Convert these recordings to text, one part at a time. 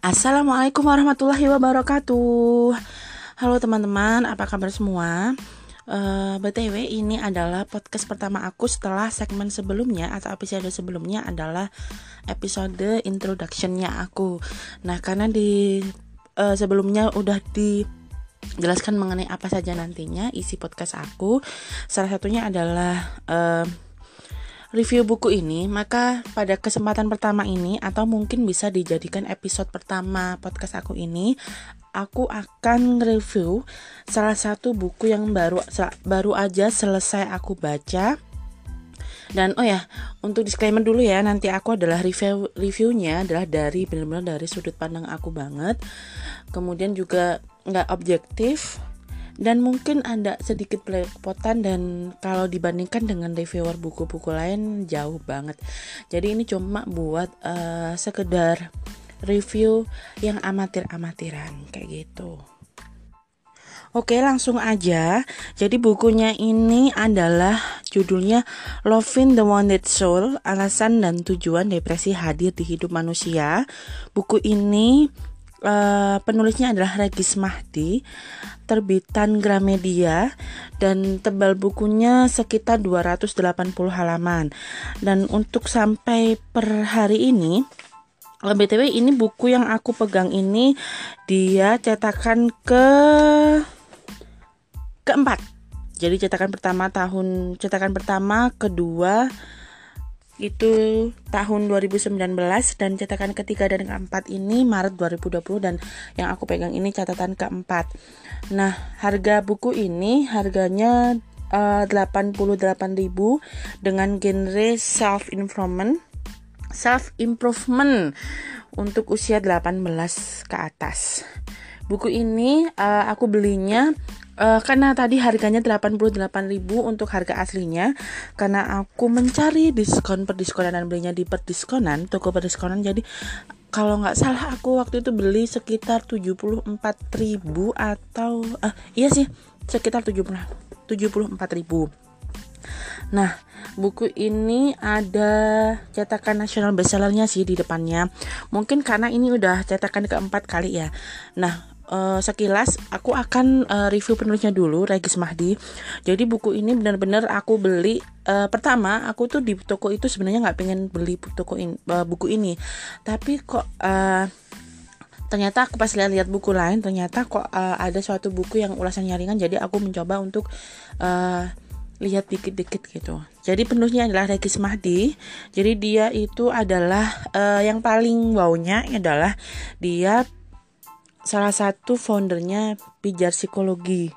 Assalamualaikum warahmatullahi wabarakatuh. Halo teman-teman, apa kabar semua? BTW ini adalah podcast pertama aku setelah segmen sebelumnya atau episode sebelumnya adalah episode introduction-nya aku. Nah, karena di sebelumnya udah dijelaskan mengenai apa saja nantinya isi podcast aku. Salah satunya adalah review buku ini, maka pada kesempatan pertama ini atau mungkin bisa dijadikan episode pertama podcast aku ini, aku akan review salah satu buku yang baru aja selesai aku baca. Dan untuk disclaimer dulu ya, nanti aku adalah reviewnya adalah benar-benar dari sudut pandang aku banget. Kemudian juga nggak objektif. Dan mungkin ada sedikit belepotan dan kalau dibandingkan dengan reviewer buku-buku lain jauh banget. Jadi ini cuma buat sekedar review yang amatir-amatiran kayak gitu. Oke, langsung aja. Jadi bukunya ini adalah judulnya Loving the Wounded Soul, Alasan dan Tujuan Depresi Hadir di Hidup Manusia. Buku ini penulisnya adalah Regis Mahdi, terbitan Gramedia, dan tebal bukunya sekitar 280 halaman. Dan untuk sampai per hari ini, BTW ini buku yang aku pegang ini dia cetakan keempat. Jadi cetakan pertama, kedua itu tahun 2019 dan cetakan ketiga dan keempat ini Maret 2020 dan yang aku pegang ini catatan keempat. Nah, harga buku ini harganya 88.000 dengan genre self improvement untuk usia 18 ke atas. Buku ini aku belinya karena tadi harganya 88.000 untuk harga aslinya, karena aku mencari perdiskonan dan belinya di toko perdiskonan. Jadi kalau nggak salah aku waktu itu beli sekitar 74.000 atau iya sih sekitar 74.000. Nah, buku ini ada cetakan nasional bestsellernya sih di depannya. Mungkin karena ini udah cetakan keempat kali ya. Nah, sekilas aku akan review penulisnya dulu, Regis Mahdi. Jadi buku ini benar-benar aku beli pertama aku tuh di toko itu sebenarnya nggak pengen beli buku ini, tapi kok ternyata aku pas lihat buku lain ternyata kok ada suatu buku yang ulasannya ringan, jadi aku mencoba untuk lihat dikit-dikit gitu. Jadi penulisnya adalah Regis Mahdi. Jadi dia itu adalah yang paling wownya adalah dia salah satu foundernya pijarpsikologi.id.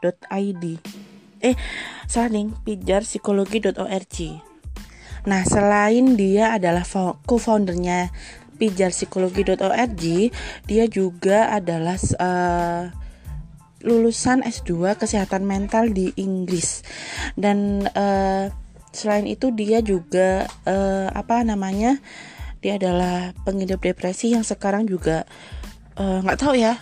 pijarpsikologi.org. Nah, selain dia adalah co-foundernya pijarpsikologi.org, dia juga adalah lulusan S2 kesehatan mental di Inggris. Dan selain itu dia juga dia adalah pengidap depresi yang sekarang juga nggak tahu ya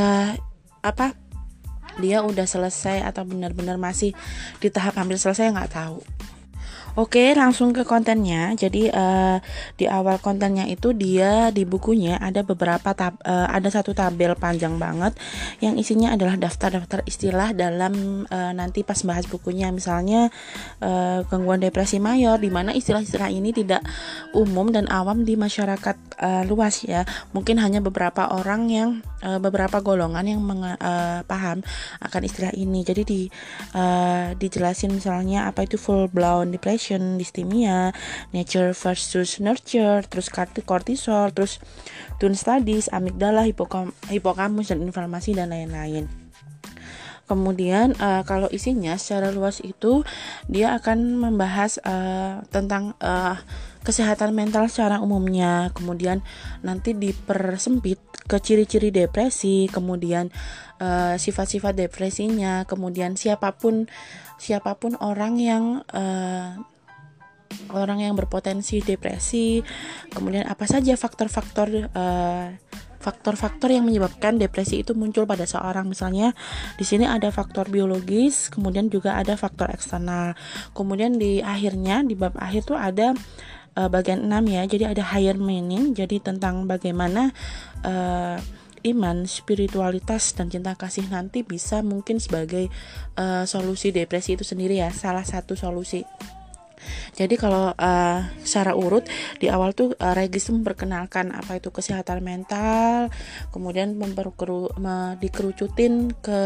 dia udah selesai atau benar-benar masih di tahap hampir selesai, nggak tahu. Oke, langsung ke kontennya. Jadi di awal kontennya itu dia di bukunya ada ada satu tabel panjang banget yang isinya adalah daftar-daftar istilah dalam nanti pas bahas bukunya. Misalnya gangguan depresi mayor, di mana istilah-istilah ini tidak umum dan awam di masyarakat luas ya. Mungkin hanya beberapa golongan yang paham akan istilah ini. Jadi dijelasin misalnya apa itu full blown depression, dysthymia, nature versus nurture, terus kortisol, terus tone studies, amigdala, hipokampus dan inflamasi dan lain-lain. Kemudian kalau isinya secara luas itu dia akan membahas tentang kesehatan mental secara umumnya, kemudian nanti dipersempit ke ciri-ciri depresi, kemudian sifat-sifat depresinya, kemudian siapapun orang yang berpotensi depresi, kemudian apa saja faktor-faktor yang menyebabkan depresi itu muncul pada seorang. Misalnya di sini ada faktor biologis, kemudian juga ada faktor eksternal. Kemudian di bab akhir tuh ada bagian 6 ya. Jadi ada higher meaning, jadi tentang bagaimana iman, spiritualitas dan cinta kasih nanti bisa mungkin sebagai solusi depresi itu sendiri ya, salah satu solusi. Jadi kalau secara urut di awal tuh Regis memperkenalkan apa itu kesehatan mental, kemudian dikerucutin ke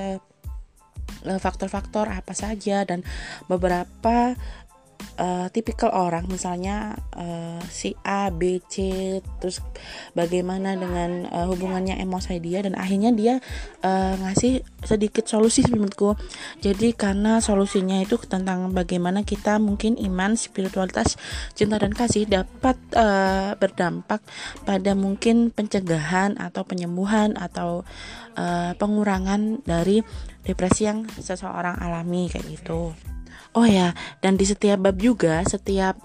faktor-faktor apa saja dan beberapa tipikal orang, misalnya si A, B, C, terus bagaimana dengan hubungannya emosi dia, dan akhirnya dia ngasih sedikit solusi menurutku. Jadi karena solusinya itu tentang bagaimana kita mungkin iman, spiritualitas, cinta dan kasih dapat berdampak pada mungkin pencegahan atau penyembuhan atau pengurangan dari depresi yang seseorang alami kayak gitu. Oh ya, dan di setiap bab juga, setiap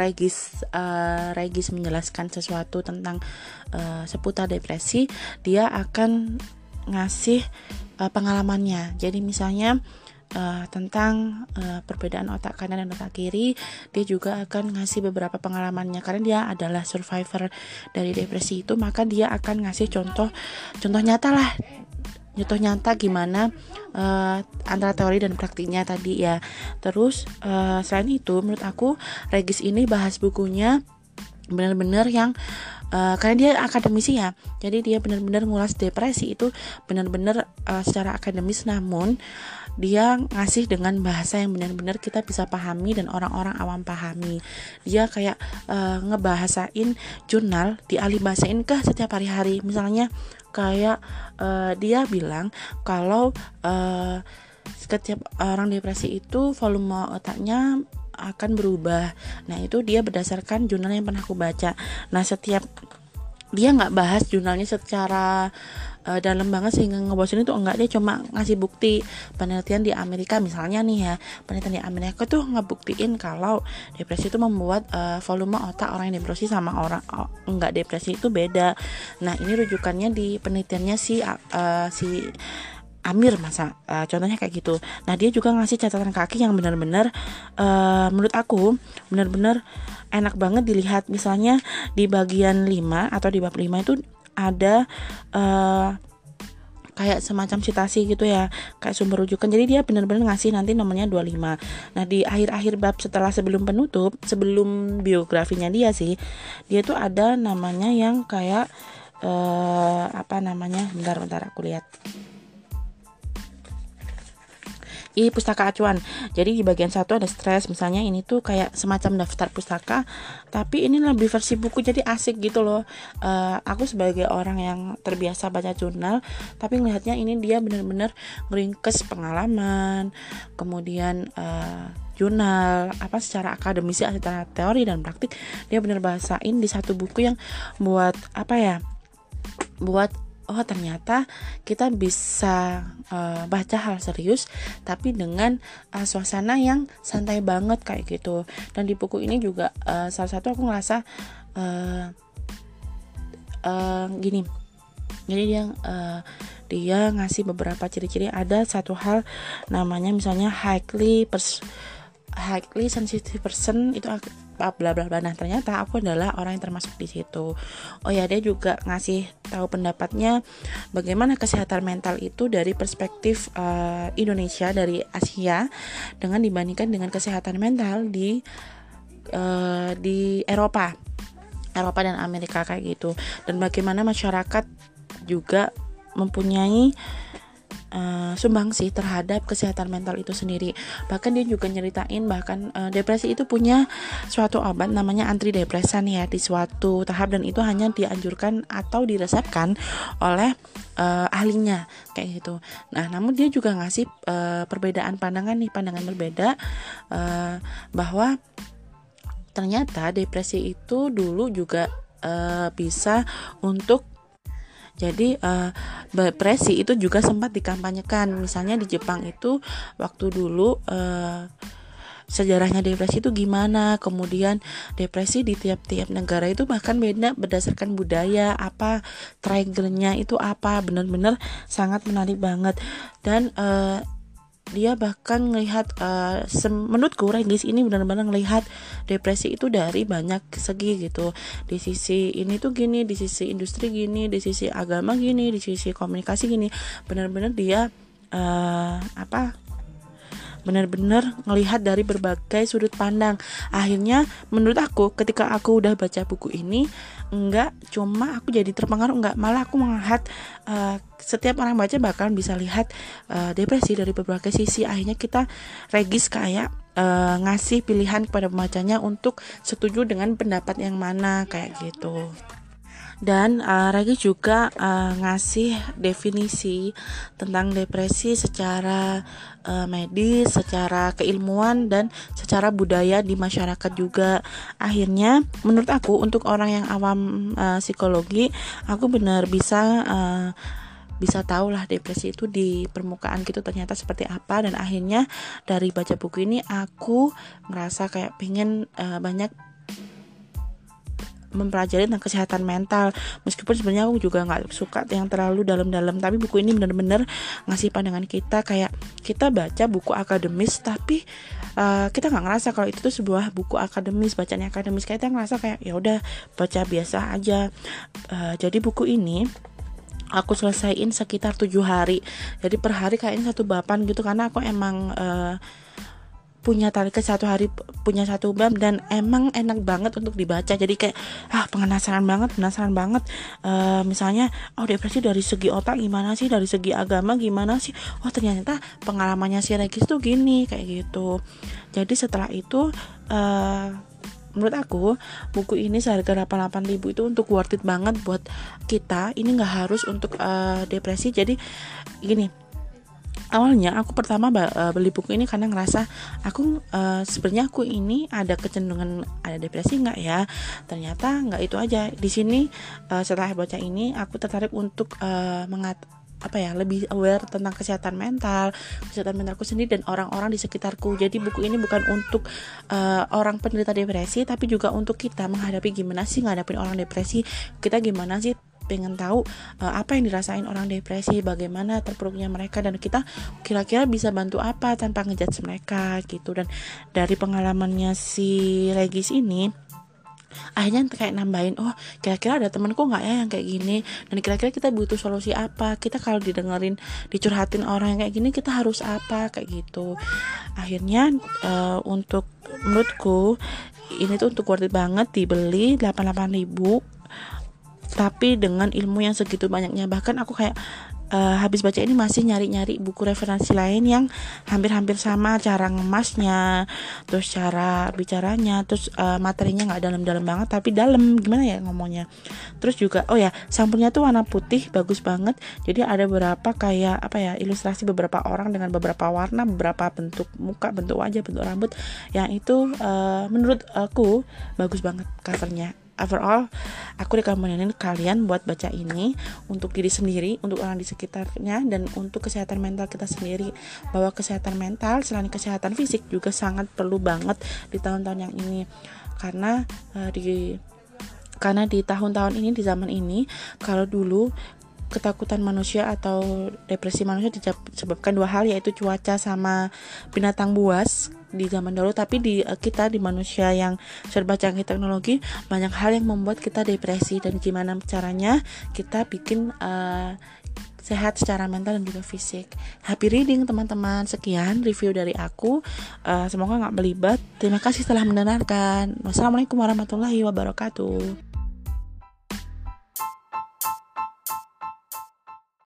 Regis menjelaskan sesuatu tentang seputar depresi, dia akan ngasih pengalamannya. Jadi misalnya tentang perbedaan otak kanan dan otak kiri, dia juga akan ngasih beberapa pengalamannya. Karena dia adalah survivor dari depresi itu, maka dia akan ngasih contoh nyata lah. Contoh nyata gimana antara teori dan praktiknya tadi ya. Terus selain itu menurut aku Regis ini bahas bukunya benar-benar yang karena dia akademisi ya, jadi dia benar-benar ngulas depresi itu benar-benar secara akademis, namun dia ngasih dengan bahasa yang benar-benar kita bisa pahami dan orang-orang awam pahami. Dia kayak ngebahasain jurnal, dialihbahasain ke setiap hari-hari. Misalnya kayak dia bilang kalau setiap orang depresi itu volume otaknya akan berubah. Nah itu dia berdasarkan jurnal yang pernah aku baca. Nah setiap dia nggak bahas jurnalnya secara dalam banget sehingga ngebosenin itu enggak, dia cuma ngasih bukti penelitian di Amerika misalnya nih ya. Penelitian di Amerika tuh ngebuktiin kalau depresi itu membuat volume otak orang yang depresi sama orang enggak depresi itu beda. Nah ini rujukannya di penelitiannya si Amir masa contohnya kayak gitu. Nah dia juga ngasih catatan kaki yang benar-benar menurut aku benar-benar enak banget dilihat. Misalnya di bagian 5 atau di bab 5 itu ada kayak semacam citasi gitu ya, kayak sumber rujukan. Jadi dia benar-benar ngasih nanti nomornya 25. Nah di akhir-akhir bab setelah sebelum penutup, sebelum biografinya dia sih, dia tuh ada namanya yang kayak apa namanya, bentar aku lihat. Pustaka acuan. Jadi di bagian 1 ada stres, misalnya ini tuh kayak semacam daftar pustaka, tapi ini lebih versi buku, jadi asik gitu loh. Aku sebagai orang yang terbiasa baca jurnal, tapi ngelihatnya ini dia benar-benar meringkes pengalaman, kemudian jurnal apa secara akademisi, secara teori dan praktik, dia benar bahasain di satu buku yang buat apa ya, buat oh ternyata kita bisa baca hal serius tapi dengan suasana yang santai banget kayak gitu. Dan di buku ini juga salah satu aku ngerasa gini. Jadi dia ngasih beberapa ciri-ciri. Ada satu hal namanya misalnya highly sensitive person, itu bla bla bla. Nah ternyata aku adalah orang yang termasuk di situ. Oh ya, dia juga ngasih tahu pendapatnya bagaimana kesehatan mental itu dari perspektif Indonesia, dari Asia, dengan dibandingkan dengan kesehatan mental di Eropa dan Amerika kayak gitu. Dan bagaimana masyarakat juga mempunyai sumbangsi terhadap kesehatan mental itu sendiri. Bahkan dia juga nyeritain bahkan depresi itu punya suatu obat namanya antidepresan ya di suatu tahap, dan itu hanya dianjurkan atau diresepkan oleh ahlinya kayak gitu. Nah, namun dia juga ngasih perbedaan pandangan berbeda bahwa ternyata depresi itu dulu juga bisa untuk jadi depresi itu juga sempat dikampanyekan. Misalnya di Jepang itu waktu dulu sejarahnya depresi itu gimana, kemudian depresi di tiap-tiap negara itu bahkan beda berdasarkan budaya, apa triggernya itu apa, benar-benar sangat menarik banget. Dan dia bahkan ngelihat menurutku Regis ini benar-benar ngelihat depresi itu dari banyak segi gitu. Di sisi ini tuh gini, di sisi industri gini, di sisi agama gini, di sisi komunikasi gini. Benar-benar dia benar-benar ngelihat dari berbagai sudut pandang. Akhirnya menurut aku ketika aku udah baca buku ini, enggak cuma aku jadi terpengaruh, enggak, malah aku melihat setiap orang baca bakalan bisa lihat depresi dari berbagai sisi. Akhirnya Regis kayak ngasih pilihan kepada pembacanya untuk setuju dengan pendapat yang mana kayak gitu. Dan Regis juga ngasih definisi tentang depresi secara medis, secara keilmuan, dan secara budaya di masyarakat juga. Akhirnya menurut aku untuk orang yang awam psikologi, aku benar bisa tahu lah depresi itu di permukaan gitu ternyata seperti apa. Dan akhirnya dari baca buku ini aku ngerasa kayak pengen banyak mempelajari tentang kesehatan mental, meskipun sebenarnya aku juga nggak suka yang terlalu dalam-dalam, tapi buku ini benar-benar ngasih pandangan kita, kayak kita baca buku akademis tapi kita nggak ngerasa kalau itu tuh sebuah buku akademis, bacaannya akademis, kita ngerasa kayak ya udah baca biasa aja. Jadi buku ini aku selesaiin sekitar 7 hari, jadi per hari kayaknya 1 bapan gitu, karena aku emang punya target 1 hari punya 1 bab, dan emang enak banget untuk dibaca. Jadi kayak penasaran banget misalnya depresi dari segi otak gimana sih, dari segi agama gimana sih, ternyata pengalamannya si Regis tuh gini kayak gitu. Jadi setelah itu menurut aku buku ini seharga 88.000 itu untuk worth it banget buat kita. Ini nggak harus untuk depresi. Jadi gini, awalnya aku pertama beli buku ini karena ngerasa aku sebenarnya aku ini ada kecenderungan ada depresi nggak ya. Ternyata nggak itu aja. Di sini setelah baca ini aku tertarik untuk lebih aware tentang kesehatan mentalku sendiri dan orang-orang di sekitarku. Jadi buku ini bukan untuk orang penderita depresi, tapi juga untuk kita menghadapi gimana sih ngadapin orang depresi. Kita gimana sih pengen tahu apa yang dirasain orang depresi, bagaimana terpuruknya mereka, dan kita kira-kira bisa bantu apa tanpa ngejudge mereka gitu. Dan dari pengalamannya si Regis ini akhirnya kayak nambahin, kira-kira ada temanku nggak ya yang kayak gini, dan kira-kira kita butuh solusi apa, kita kalau dicurhatin orang yang kayak gini kita harus apa kayak gitu. Akhirnya untuk menurutku ini tuh untuk worth it banget dibeli 88.000, tapi dengan ilmu yang segitu banyaknya. Bahkan aku kayak habis baca ini masih nyari-nyari buku referensi lain yang hampir-hampir sama, cara ngemasnya, terus cara bicaranya, terus materinya nggak dalam-dalam banget tapi dalam, gimana ya ngomongnya. Terus juga sampulnya tuh warna putih, bagus banget. Jadi ada beberapa kayak ilustrasi beberapa orang dengan beberapa warna, beberapa bentuk muka, bentuk wajah, bentuk rambut, yang itu menurut aku bagus banget covernya. Overall, aku rekomendasin kalian buat baca ini untuk diri sendiri, untuk orang di sekitarnya, dan untuk kesehatan mental kita sendiri. Bahwa kesehatan mental selain kesehatan fisik juga sangat perlu banget di tahun-tahun yang ini. Karena di tahun-tahun ini, di zaman ini, kalau dulu ketakutan manusia atau depresi manusia disebabkan 2 hal, yaitu cuaca sama binatang buas di zaman dahulu. Tapi di manusia yang serba canggih teknologi, banyak hal yang membuat kita depresi, dan gimana caranya kita bikin sehat secara mental dan juga fisik. Happy reading teman-teman. Sekian review dari aku, semoga gak belibet. Terima kasih telah mendengarkan. Wassalamualaikum warahmatullahi wabarakatuh.